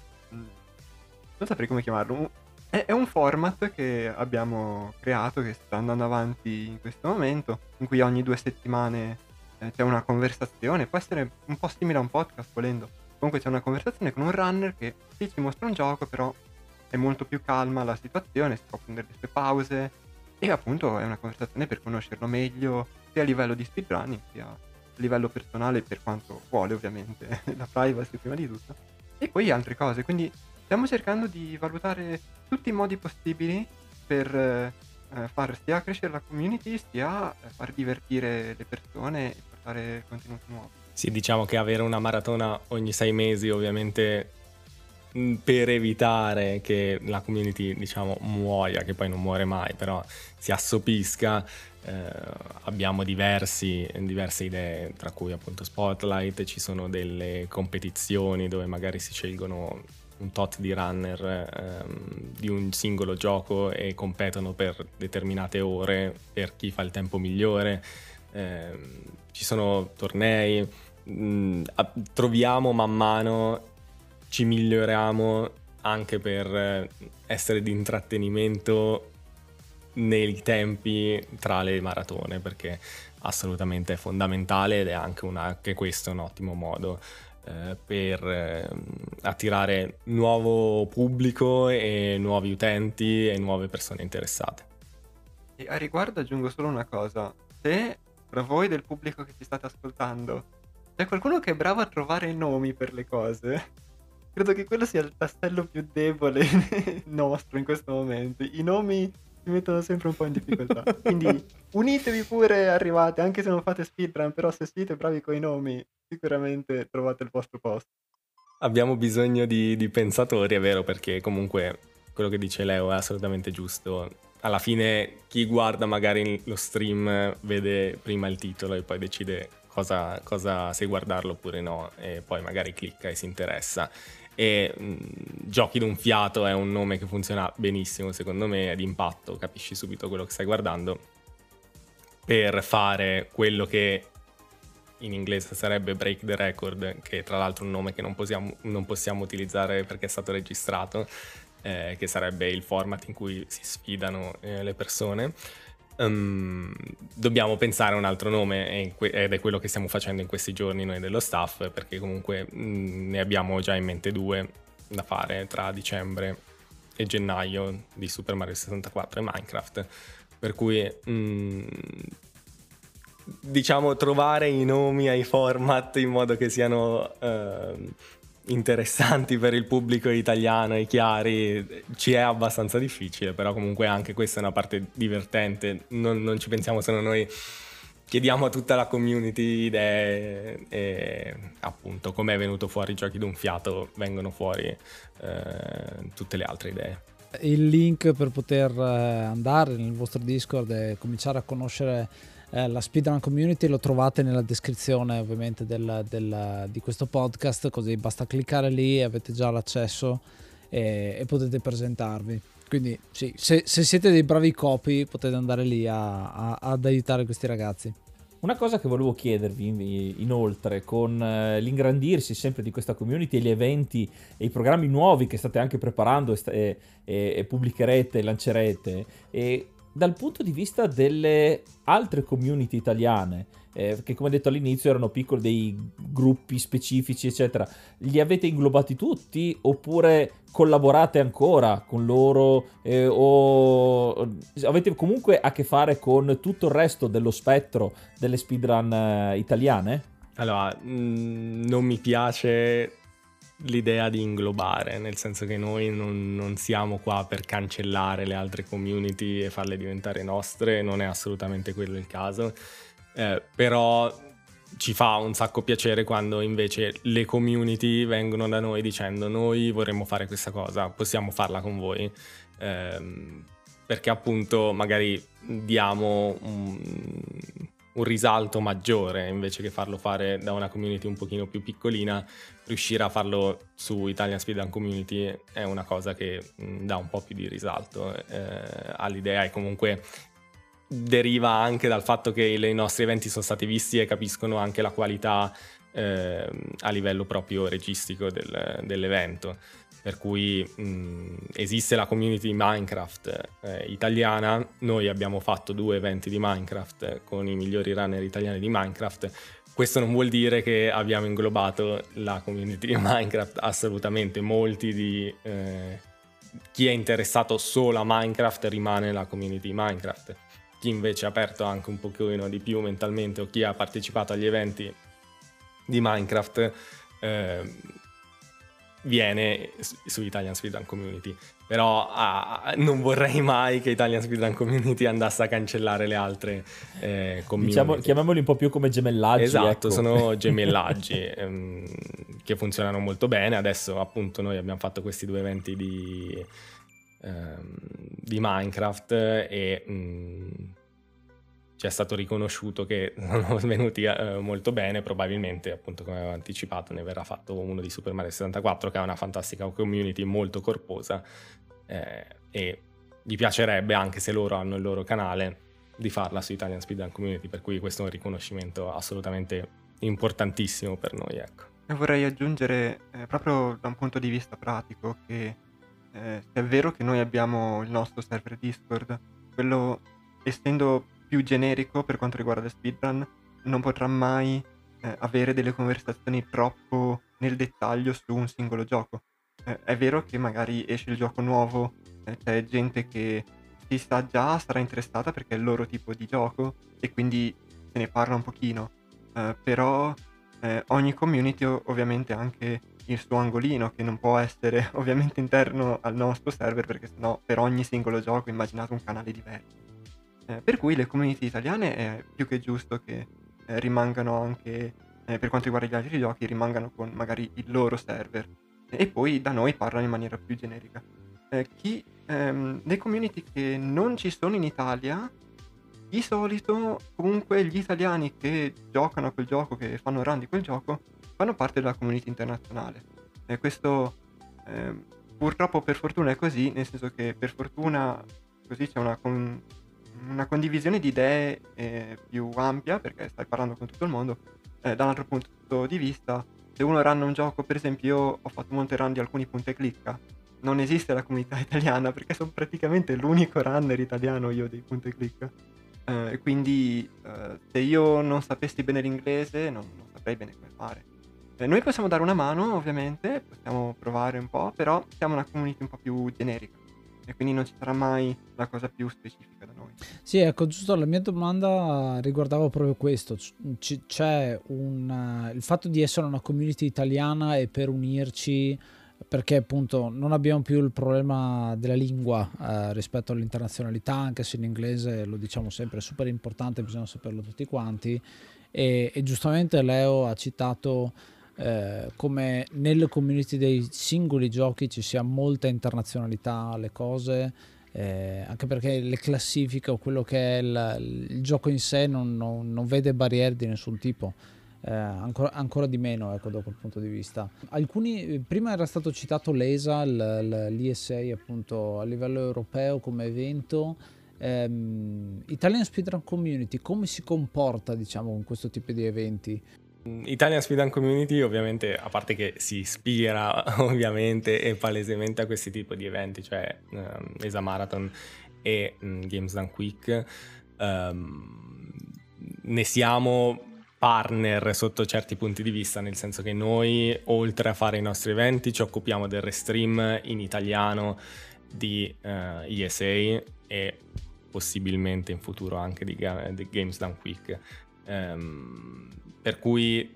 non saprei come chiamarlo, un, è, è un format che abbiamo creato, che sta andando avanti in questo momento, in cui ogni due settimane eh, c'è una conversazione, può essere un po' simile a un podcast volendo. Comunque c'è una conversazione con un runner che sì, ci mostra un gioco, però è molto più calma la situazione, si può prendere le sue pause, e appunto è una conversazione per conoscerlo meglio, sia a livello di speedrunning, sia a livello personale, per quanto vuole ovviamente, la privacy prima di tutto, e poi altre cose. Quindi stiamo cercando di valutare tutti i modi possibili per eh, far sia crescere la community, sia far divertire le persone e portare contenuti nuovi. Sì, diciamo che avere una maratona ogni sei mesi, ovviamente, mh, per evitare che la community, diciamo, muoia, che poi non muore mai, però si assopisca, eh, abbiamo diversi, diverse idee, tra cui appunto Spotlight. Ci sono delle competizioni dove magari si scelgono un tot di runner ehm, di un singolo gioco e competono per determinate ore per chi fa il tempo migliore. Eh, ci sono tornei, mh, a, troviamo man mano, ci miglioriamo anche per essere di intrattenimento nei tempi tra le maratone, perché assolutamente è fondamentale, ed è anche, una, anche questo un ottimo modo eh, per eh, attirare nuovo pubblico e nuovi utenti e nuove persone interessate. E a riguardo aggiungo solo una cosa: se tra voi del pubblico che ci state ascoltando c'è qualcuno che è bravo a trovare nomi per le cose, credo che quello sia il tassello più debole nostro in questo momento. I nomi ci mettono sempre un po' in difficoltà, quindi unitevi pure, arrivate, anche se non fate speedrun, però se siete bravi coi nomi sicuramente trovate il vostro posto. Abbiamo bisogno di, di pensatori, è vero, perché comunque quello che dice Leo è assolutamente giusto. Alla fine chi guarda magari lo stream vede prima il titolo e poi decide cosa, cosa se guardarlo oppure no, e poi magari clicca e si interessa. E mh, Giochi d'un Fiato è un nome che funziona benissimo, secondo me, è d'impatto, capisci subito quello che stai guardando, per fare quello che in inglese sarebbe Break the Record, che tra l'altro è un nome che non possiamo, non possiamo utilizzare perché è stato registrato, eh, che sarebbe il format in cui si sfidano eh, le persone. Um, dobbiamo pensare a un altro nome, ed è quello che stiamo facendo in questi giorni noi dello staff, perché comunque mh, ne abbiamo già in mente due da fare tra dicembre e gennaio, di Super Mario sessantaquattro e Minecraft, per cui mh, diciamo trovare i nomi ai format in modo che siano uh, interessanti per il pubblico italiano e chiari ci è abbastanza difficile, però comunque anche questa è una parte divertente. Non, non ci pensiamo solo noi, chiediamo a tutta la community idee, e appunto, come è venuto fuori Giochi d'un Fiato, vengono fuori eh, tutte le altre idee. il link per poter eh, andare nel vostro Discord e cominciare a conoscere eh, la Speedrun Community lo trovate nella descrizione ovviamente del, del, di questo podcast, così basta cliccare lì e avete già l'accesso e, e potete presentarvi. Quindi sì, se, se siete dei bravi copy potete andare lì a, a, ad aiutare questi ragazzi. Una cosa che volevo chiedervi inoltre, con eh, l'ingrandirsi sempre di questa community e gli eventi e i programmi nuovi che state anche preparando e, e, e pubblicherete e lancerete, e dal punto di vista delle altre community italiane, eh, che come detto all'inizio erano piccoli, dei gruppi specifici eccetera, li avete inglobati tutti oppure collaborate ancora con loro, eh, o avete comunque a che fare con tutto il resto dello spettro delle speedrun eh, italiane? Allora, mh, non mi piace l'idea di inglobare, nel senso che noi non, non siamo qua per cancellare le altre community e farle diventare nostre, non è assolutamente quello il caso, eh, però ci fa un sacco piacere quando invece le community vengono da noi dicendo noi vorremmo fare questa cosa, possiamo farla con voi, ehm, perché appunto magari diamo un, un risalto maggiore, invece che farlo fare da una community un pochino più piccolina. Riuscire a farlo su Italian Speedrun Community è una cosa che mh, dà un po' più di risalto eh, all'idea, e comunque deriva anche dal fatto che i nostri eventi sono stati visti e capiscono anche la qualità eh, a livello proprio registico del, dell'evento, per cui mh, esiste la community Minecraft eh, italiana. Noi abbiamo fatto due eventi di Minecraft con i migliori runner italiani di Minecraft. Questo non vuol dire che abbiamo inglobato la community di Minecraft, assolutamente. Molti di eh, chi è interessato solo a Minecraft rimane nella community di Minecraft. Chi invece è aperto anche un pochino di più mentalmente, o chi ha partecipato agli eventi di Minecraft eh, viene su Italian Speedrun Community. Però ah, non vorrei mai che Italian Speedrun Community andasse a cancellare le altre eh, community. Diciamo, chiamiamoli un po' più come gemellaggi. Esatto, ecco. Sono gemellaggi ehm, che funzionano molto bene. Adesso appunto noi abbiamo fatto questi due eventi di, ehm, di Minecraft e mh, ci è stato riconosciuto che sono venuti eh, molto bene. Probabilmente, appunto, come avevo anticipato, ne verrà fatto uno di Super Mario sessantaquattro, che ha una fantastica community molto corposa, eh, e gli piacerebbe, anche se loro hanno il loro canale, di farla su Italian Speedrun Community, per cui questo è un riconoscimento assolutamente importantissimo per noi, ecco. E vorrei aggiungere, eh, proprio da un punto di vista pratico, che eh, se è vero che noi abbiamo il nostro server Discord, quello, essendo più generico per quanto riguarda le speedrun, non potrà mai eh, avere delle conversazioni troppo nel dettaglio su un singolo gioco. Eh, è vero che magari esce il gioco nuovo, eh, c'è gente che si sa già, sarà interessata perché è il loro tipo di gioco e quindi se ne parla un pochino, eh, però eh, ogni community ovviamente ha anche il suo angolino, che non può essere ovviamente interno al nostro server, perché sennò per ogni singolo gioco immaginate un canale diverso. Eh, per cui le community italiane è più che giusto che eh, rimangano anche, eh, per quanto riguarda gli altri giochi, rimangano con magari il loro server, e poi da noi parlano in maniera più generica. Eh, chi, ehm, le community che non ci sono in Italia, di solito comunque gli italiani che giocano a quel gioco, che fanno run di quel gioco, fanno parte della community internazionale. E questo eh, purtroppo, per fortuna, è così, nel senso che per fortuna così c'è una, con- una condivisione di idee eh, più ampia, perché stai parlando con tutto il mondo. Eh, dall'altro punto di vista, se uno runna un gioco, per esempio io ho fatto molte run di alcuni punta e clicca, non esiste la comunità italiana perché sono praticamente l'unico runner italiano io dei punta e clicca. Eh, quindi eh, se io non sapessi bene l'inglese non, non saprei bene come fare. Eh, noi possiamo dare una mano, ovviamente, possiamo provare un po', però siamo una community un po' più generica e quindi non ci sarà mai la cosa più specifica da noi. Sì, ecco, giusto, la mia domanda riguardava proprio questo. C- c'è un, uh, il fatto di essere una community italiana e per unirci, perché appunto non abbiamo più il problema della lingua eh, rispetto all'internazionalità, anche se l'inglese, lo diciamo sempre, è super importante, bisogna saperlo tutti quanti, e, e giustamente Leo ha citato eh, come nelle community dei singoli giochi ci sia molta internazionalità alle cose, eh, anche perché le classifiche o quello che è il, il gioco in sé non, non, non vede barriere di nessun tipo. Eh, ancora, ancora di meno, ecco, da quel punto di vista. Alcuni, prima era stato citato l'E S A, l'E S A appunto a livello europeo come evento. ehm, Italian Speedrun Community come si comporta, diciamo, con questo tipo di eventi? Italian Speedrun Community ovviamente, a parte che si ispira ovviamente e palesemente a questi tipi di eventi, cioè um, E S A Marathon e um, Games Done Quick, um, ne siamo partner sotto certi punti di vista, nel senso che noi, oltre a fare i nostri eventi, ci occupiamo del restream in italiano di uh, E S A e possibilmente in futuro anche di, di Games Done Quick. Um, per cui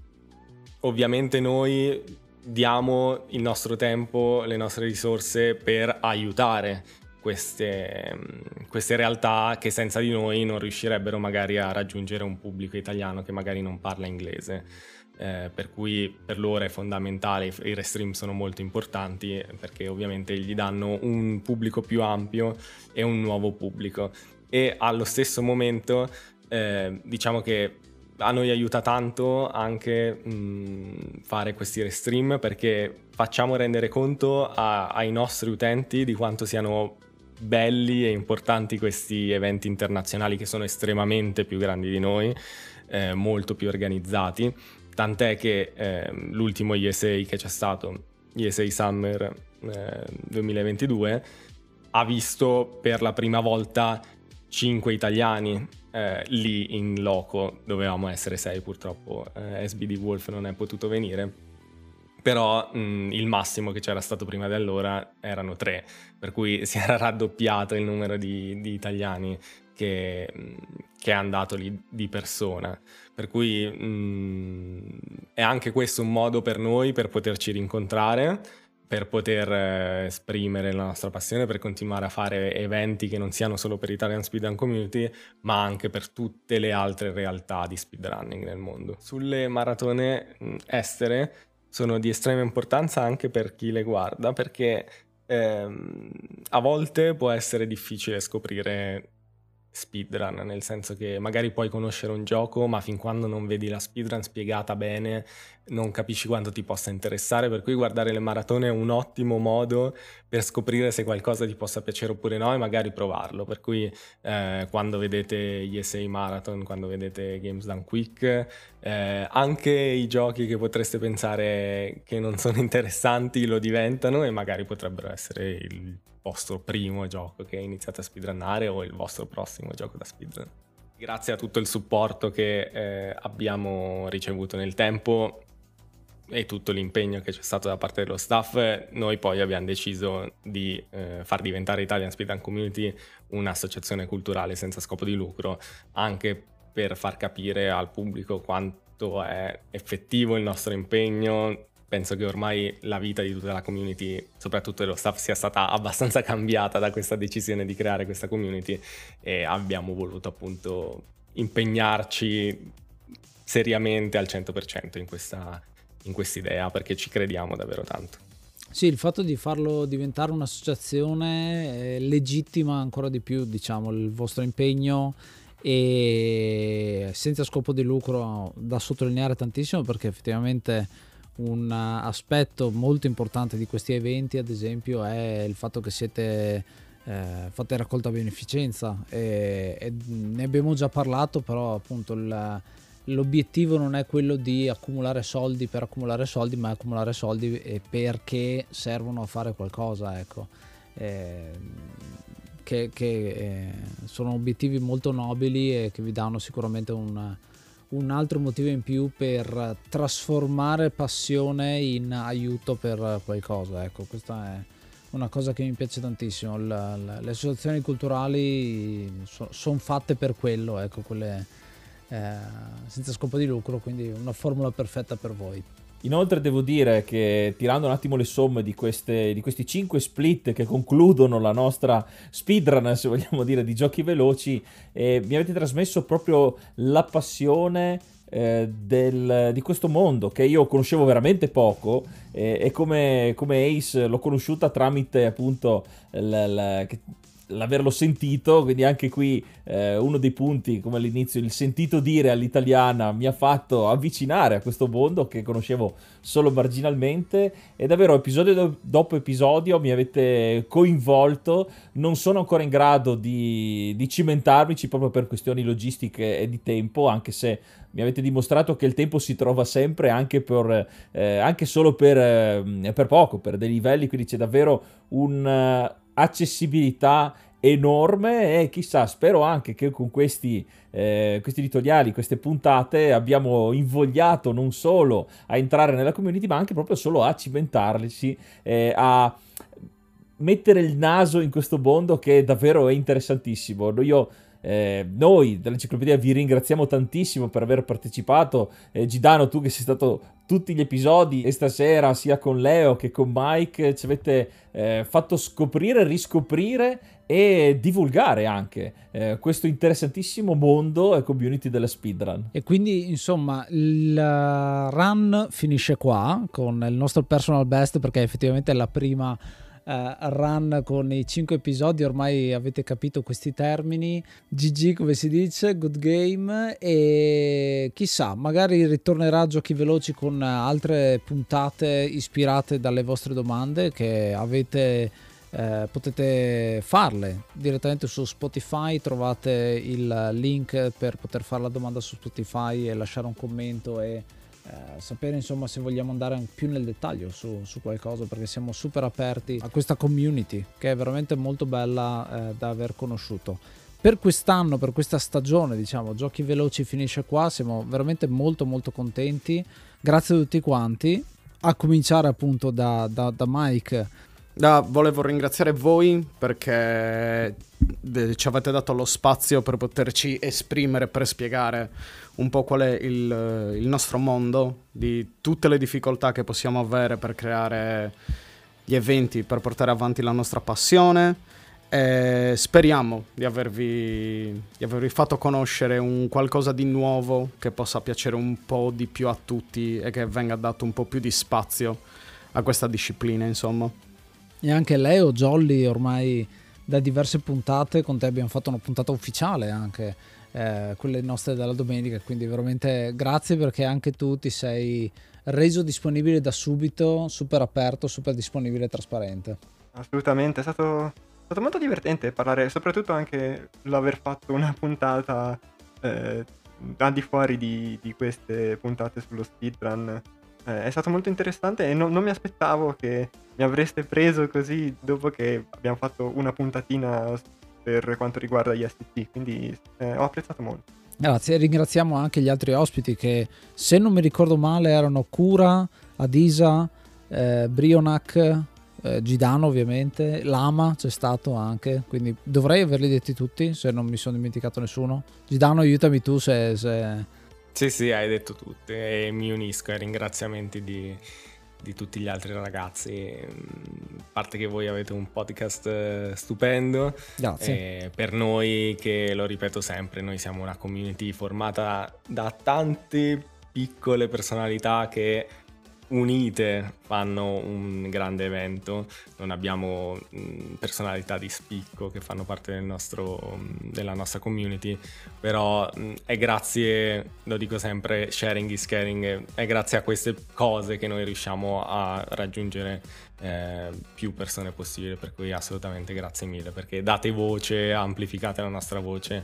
ovviamente noi diamo il nostro tempo, le nostre risorse per aiutare queste, queste realtà che senza di noi non riuscirebbero magari a raggiungere un pubblico italiano che magari non parla inglese. Eh, per cui per loro è fondamentale, i restream sono molto importanti perché ovviamente gli danno un pubblico più ampio e un nuovo pubblico, e allo stesso momento eh, diciamo che a noi aiuta tanto anche mh, fare questi restream, perché facciamo rendere conto a, ai nostri utenti di quanto siano belli e importanti questi eventi internazionali, che sono estremamente più grandi di noi, eh, molto più organizzati, tant'è che eh, l'ultimo E S A che c'è stato, E S A Summer eh, duemilaventidue, ha visto per la prima volta cinque italiani eh, lì in loco. Dovevamo essere sei, purtroppo eh, S B D Wolf non è potuto venire, però mh, il massimo che c'era stato prima di allora erano tre, per cui si era raddoppiato il numero di, di italiani che, che è andato lì di persona, per cui mh, è anche questo un modo per noi per poterci rincontrare, per poter eh, esprimere la nostra passione, per continuare a fare eventi che non siano solo per Italian Speedrun Community, ma anche per tutte le altre realtà di speedrunning nel mondo. Sulle maratone mh, estere sono di estrema importanza anche per chi le guarda, perché ehm, a volte può essere difficile scoprire speedrun, nel senso che magari puoi conoscere un gioco, ma fin quando non vedi la speedrun spiegata bene non capisci quanto ti possa interessare, per cui guardare le maratone è un ottimo modo per scoprire se qualcosa ti possa piacere oppure no e magari provarlo. Per cui eh, quando vedete E S A Marathon, quando vedete Games Done Quick, eh, anche i giochi che potreste pensare che non sono interessanti lo diventano, e magari potrebbero essere il vostro primo gioco che iniziate a speedrunnare o il vostro prossimo gioco da speedrun. Grazie a tutto il supporto che eh, abbiamo ricevuto nel tempo e tutto l'impegno che c'è stato da parte dello staff, noi poi abbiamo deciso di eh, far diventare Italian Speedrun Community un'associazione culturale senza scopo di lucro, anche per far capire al pubblico quanto è effettivo il nostro impegno. Penso che ormai la vita di tutta la community, soprattutto dello staff, sia stata abbastanza cambiata da questa decisione di creare questa community, e abbiamo voluto appunto impegnarci seriamente al cento per cento in questa in quest'idea, perché ci crediamo davvero tanto. Sì, il fatto di farlo diventare un'associazione eh, legittima ancora di più, diciamo, il vostro impegno, e senza scopo di lucro, da sottolineare tantissimo, perché effettivamente un aspetto molto importante di questi eventi, ad esempio, è il fatto che siete eh, fate raccolta beneficenza, e, e ne abbiamo già parlato, però appunto il l'obiettivo non è quello di accumulare soldi per accumulare soldi, ma accumulare soldi perché servono a fare qualcosa, ecco. Eh, che, che eh, sono obiettivi molto nobili e che vi danno sicuramente un, un altro motivo in più per trasformare passione in aiuto per qualcosa, ecco. Questa è una cosa che mi piace tantissimo. La, la, le associazioni culturali so, sono fatte per quello, ecco, quelle Eh, senza scopo di lucro, quindi una formula perfetta per voi. Inoltre devo dire che, tirando un attimo le somme di, queste, di questi cinque split che concludono la nostra speedrun, se vogliamo dire, di giochi veloci, eh, mi avete trasmesso proprio la passione eh, del, di questo mondo che io conoscevo veramente poco, eh, e come, come Ace l'ho conosciuta tramite appunto l, l, che, l'averlo sentito, quindi anche qui eh, uno dei punti, come all'inizio, il sentito dire all'italiana mi ha fatto avvicinare a questo mondo che conoscevo solo marginalmente, e davvero episodio do- dopo episodio mi avete coinvolto. Non sono ancora in grado di, di cimentarmici proprio per questioni logistiche e di tempo, anche se mi avete dimostrato che il tempo si trova sempre, anche, per, eh, anche solo per, eh, per poco, per dei livelli, quindi c'è davvero un... Uh, accessibilità enorme, e chissà, spero anche che con questi, eh, questi editoriali, queste puntate abbiamo invogliato non solo a entrare nella community, ma anche proprio solo a cimentarsi, eh, a mettere il naso in questo mondo che davvero è interessantissimo. Io Eh, noi dell'Enciclopedia vi ringraziamo tantissimo per aver partecipato. eh, Gidano, tu che sei stato tutti gli episodi, e stasera sia con Leo che con Mike ci avete eh, fatto scoprire, riscoprire e divulgare anche eh, questo interessantissimo mondo e community della speedrun. E quindi insomma il run finisce qua con il nostro personal best, perché effettivamente è la prima Uh, run con i cinque episodi, ormai avete capito questi termini. G G come si dice, good game, e chissà, magari ritornerà Giochi Veloci con altre puntate ispirate dalle vostre domande che avete. Uh, potete farle direttamente su Spotify, trovate il link per poter fare la domanda su Spotify e lasciare un commento e Eh, sapere insomma se vogliamo andare più nel dettaglio su, su qualcosa, perché siamo super aperti a questa community che è veramente molto bella eh, da aver conosciuto. Per quest'anno, per questa stagione, diciamo, Giochi Veloci finisce qua, siamo veramente molto molto contenti, grazie a tutti quanti, a cominciare appunto da, da, da Mike. Da, volevo ringraziare voi perché ci avete dato lo spazio per poterci esprimere, per spiegare un po' qual è il, il nostro mondo, di tutte le difficoltà che possiamo avere per creare gli eventi, per portare avanti la nostra passione, e speriamo di avervi, di avervi fatto conoscere un qualcosa di nuovo che possa piacere un po' di più a tutti e che venga dato un po' più di spazio a questa disciplina, insomma. E anche Leo, Jolly, ormai da diverse puntate con te abbiamo fatto una puntata ufficiale anche, eh, quelle nostre della domenica, quindi veramente grazie, perché anche tu ti sei reso disponibile da subito, super aperto, super disponibile e trasparente. Assolutamente, è stato, è stato molto divertente parlare, soprattutto anche l'aver fatto una puntata eh, al di fuori di, di queste puntate sullo speedrun. Eh, è stato molto interessante e non, non mi aspettavo che mi avreste preso così dopo che abbiamo fatto una puntatina per quanto riguarda gli S T, quindi eh, ho apprezzato molto. Grazie, ringraziamo anche gli altri ospiti che, se non mi ricordo male, erano Cura, Adisa, eh, Brionac, eh, Gidano ovviamente, Lama c'è stato anche, quindi dovrei averli detti tutti se non mi sono dimenticato nessuno. Gidano, aiutami tu se... se... Sì, sì, hai detto tutto e mi unisco ai ringraziamenti di, di tutti gli altri ragazzi. A parte che voi avete un podcast stupendo. Grazie. E per noi, che lo ripeto sempre, noi siamo una community formata da tante piccole personalità che unite fanno un grande evento. Non abbiamo mh, personalità di spicco che fanno parte del nostro, mh, della nostra community, però mh, è grazie, lo dico sempre, sharing is caring, è grazie a queste cose che noi riusciamo a raggiungere eh, più persone possibile, per cui assolutamente grazie mille, perché date voce, amplificate la nostra voce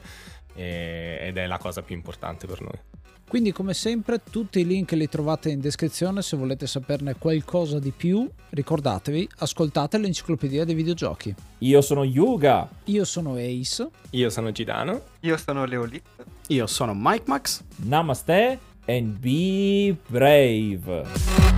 e, ed è la cosa più importante per noi. Quindi, come sempre, tutti i link li trovate in descrizione se volete saperne qualcosa di più. Ricordatevi, ascoltate l'Enciclopedia dei Videogiochi. Io sono Yuga. Io sono Ace. Io sono Gidano. Io sono Leolit. Io sono Mike Max. Namaste and be brave.